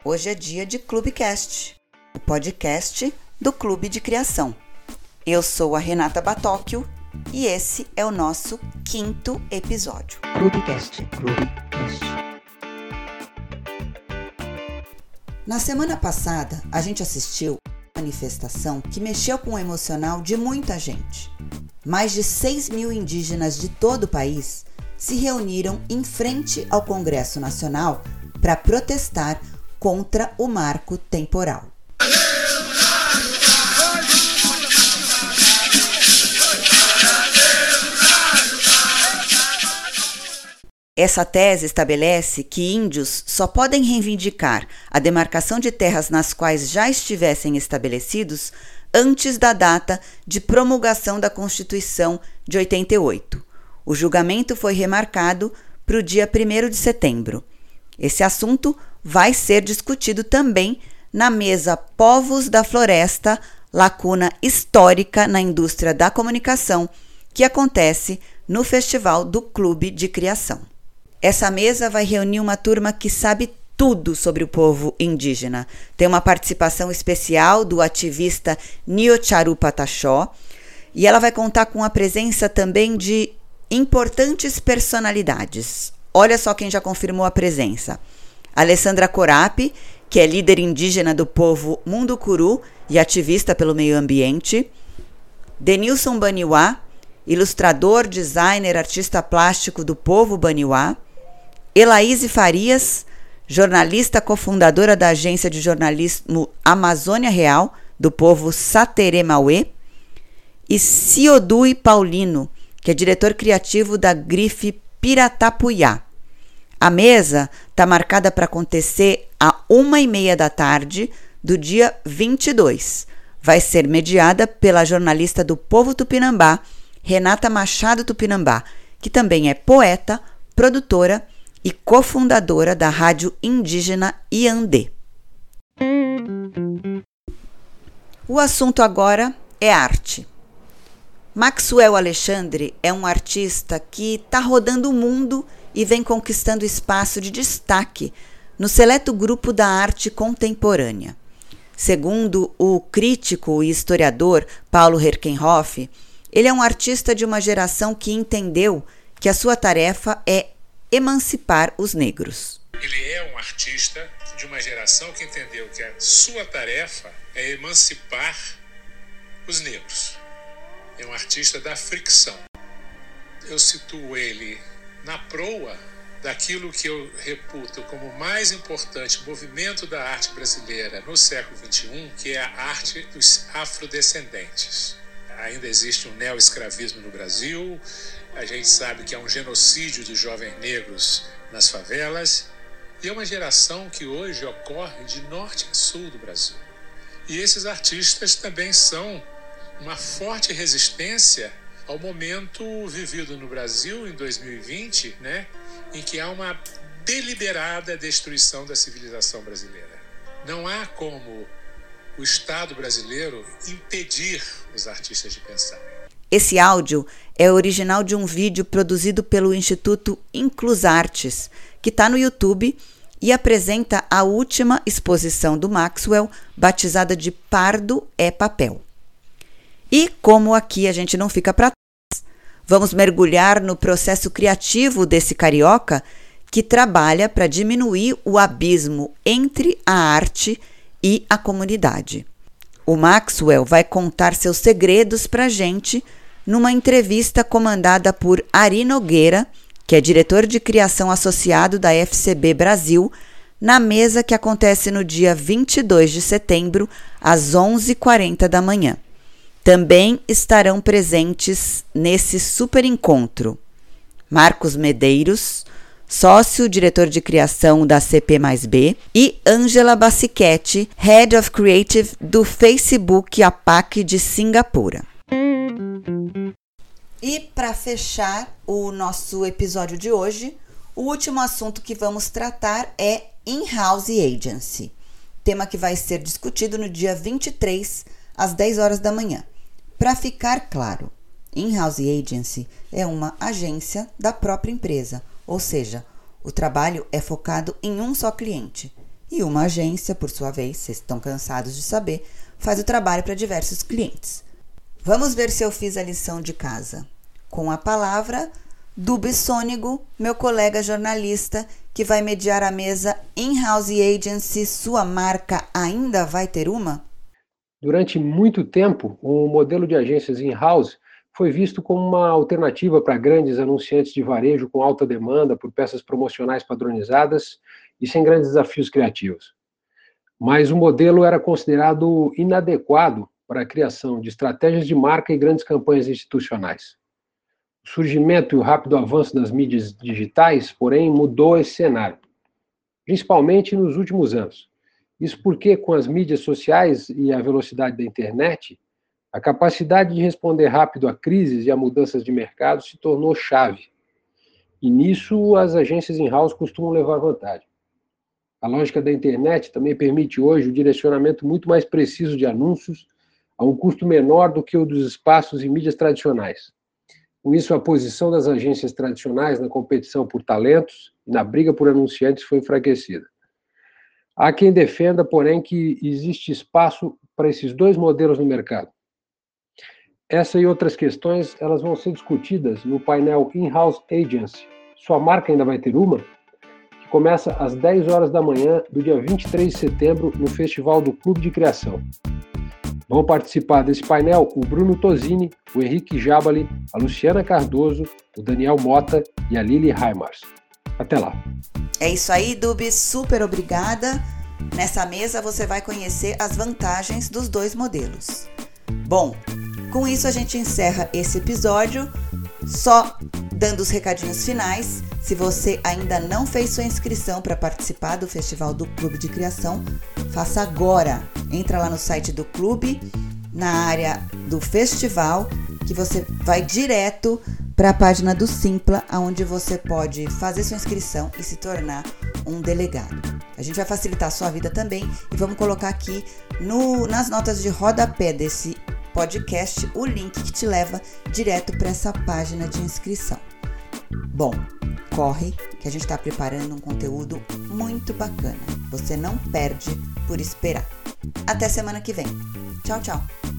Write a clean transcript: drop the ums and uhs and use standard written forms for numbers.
Hoje é dia de Clubecast, o podcast do Clube de Criação. Eu sou a Renata Batóquio e esse é o nosso 5º episódio. Clubecast. Na semana passada, a gente assistiu a uma manifestação que mexeu com o emocional de muita gente. Mais de 6 mil indígenas de todo o país se reuniram em frente ao Congresso Nacional para protestar contra o marco temporal. Essa tese estabelece que índios só podem reivindicar a demarcação de terras nas quais já estivessem estabelecidos antes da data de promulgação da Constituição de 88. O julgamento foi remarcado para o dia 1º de setembro. Esse assunto vai ser discutido também na mesa Povos da Floresta, lacuna histórica na indústria da comunicação, que acontece no Festival do Clube de Criação. Essa mesa vai reunir uma turma que sabe tudo sobre o povo indígena. Tem uma participação especial do ativista Niocharu Pataxó e ela vai contar com a presença também de importantes personalidades. Olha só quem já confirmou a presença. Alessandra Corapi, que é líder indígena do povo Mundukuru e ativista pelo meio ambiente. Denilson Baniwá, ilustrador, designer, artista plástico do povo Baniwá. Elaíse Farias, jornalista cofundadora da agência de jornalismo Amazônia Real, do povo Saterê Mauê. E Ciodui Paulino, que é diretor criativo da grife Piratapuyá. A mesa está marcada para acontecer às 1h30 da tarde do dia 22. Vai ser mediada pela jornalista do povo Tupinambá, Renata Machado Tupinambá, que também é poeta, produtora e cofundadora da rádio indígena Iandê. O assunto agora é arte. Maxwell Alexandre é um artista que está rodando o mundo e vem conquistando espaço de destaque no seleto grupo da arte contemporânea. Segundo o crítico e historiador Paulo Herkenhoff, ele é um artista de uma geração que entendeu que a sua tarefa é emancipar os negros. Ele é um artista de uma geração que entendeu que a sua tarefa é emancipar os negros. É um artista da fricção. Eu situo ele na proa daquilo que eu reputo como o mais importante movimento da arte brasileira no século XXI, que é a arte dos afrodescendentes. Ainda existe um neoescravismo no Brasil, a gente sabe que há um genocídio dos jovens negros nas favelas, e é uma geração que hoje ocorre de norte a sul do Brasil. E esses artistas também são uma forte resistência ao momento vivido no Brasil em 2020, em que há uma deliberada destruição da civilização brasileira. Não há como o Estado brasileiro impedir os artistas de pensar. Esse áudio é original de um vídeo produzido pelo Instituto Inclusartes, que está no YouTube e apresenta a última exposição do Maxwell, batizada de Pardo é Papel. E como aqui a gente não fica para trás, vamos mergulhar no processo criativo desse carioca que trabalha para diminuir o abismo entre a arte e a comunidade. O Maxwell vai contar seus segredos para a gente numa entrevista comandada por Ari Nogueira, que é diretor de criação associado da FCB Brasil, na mesa que acontece no dia 22 de setembro, às 11h40 da manhã. Também estarão presentes nesse super encontro Marcos Medeiros, sócio diretor de criação da CP+B, e Ângela Bassichetti, Head of Creative do Facebook APAC de Singapura. E para fechar o nosso episódio de hoje, o último assunto que vamos tratar é In-House Agency, tema que vai ser discutido no dia 23, às 10 horas da manhã. Para ficar claro, In-House Agency é uma agência da própria empresa, ou seja, o trabalho é focado em um só cliente. E uma agência, por sua vez, vocês estão cansados de saber, faz o trabalho para diversos clientes. Vamos ver se eu fiz a lição de casa. Com a palavra, Dubi Sônego, meu colega jornalista, que vai mediar a mesa In-House Agency. Sua marca ainda vai ter uma? Durante muito tempo, o modelo de agências in-house foi visto como uma alternativa para grandes anunciantes de varejo com alta demanda por peças promocionais padronizadas e sem grandes desafios criativos. Mas o modelo era considerado inadequado para a criação de estratégias de marca e grandes campanhas institucionais. O surgimento e o rápido avanço das mídias digitais, porém, mudou esse cenário, principalmente nos últimos anos. Isso porque, com as mídias sociais e a velocidade da internet, a capacidade de responder rápido a crises e a mudanças de mercado se tornou chave. E nisso, as agências in-house costumam levar vantagem. A lógica da internet também permite hoje o direcionamento muito mais preciso de anúncios a um custo menor do que o dos espaços e mídias tradicionais. Com isso, a posição das agências tradicionais na competição por talentos e na briga por anunciantes foi enfraquecida. Há quem defenda, porém, que existe espaço para esses dois modelos no mercado. Essa e outras questões, elas vão ser discutidas no painel In-House Agency. Sua marca ainda vai ter uma? Que começa às 10 horas da manhã do dia 23 de setembro no Festival do Clube de Criação. Vão participar desse painel o Bruno Tosini, o Henrique Jabali, a Luciana Cardoso, o Daniel Mota e a Lili Reimers. Até lá! É isso aí, Dubi, super obrigada. Nessa mesa você vai conhecer as vantagens dos dois modelos. Bom, com isso a gente encerra esse episódio, só dando os recadinhos finais. Se você ainda não fez sua inscrição para participar do Festival do Clube de Criação, faça agora. Entra lá no site do clube, na área do festival, que você vai direto para a página do Simpla, onde você pode fazer sua inscrição e se tornar um delegado. A gente vai facilitar a sua vida também e vamos colocar aqui nas notas de rodapé desse podcast o link que te leva direto para essa página de inscrição. Bom, corre que a gente está preparando um conteúdo muito bacana. Você não perde por esperar. Até semana que vem. Tchau, tchau.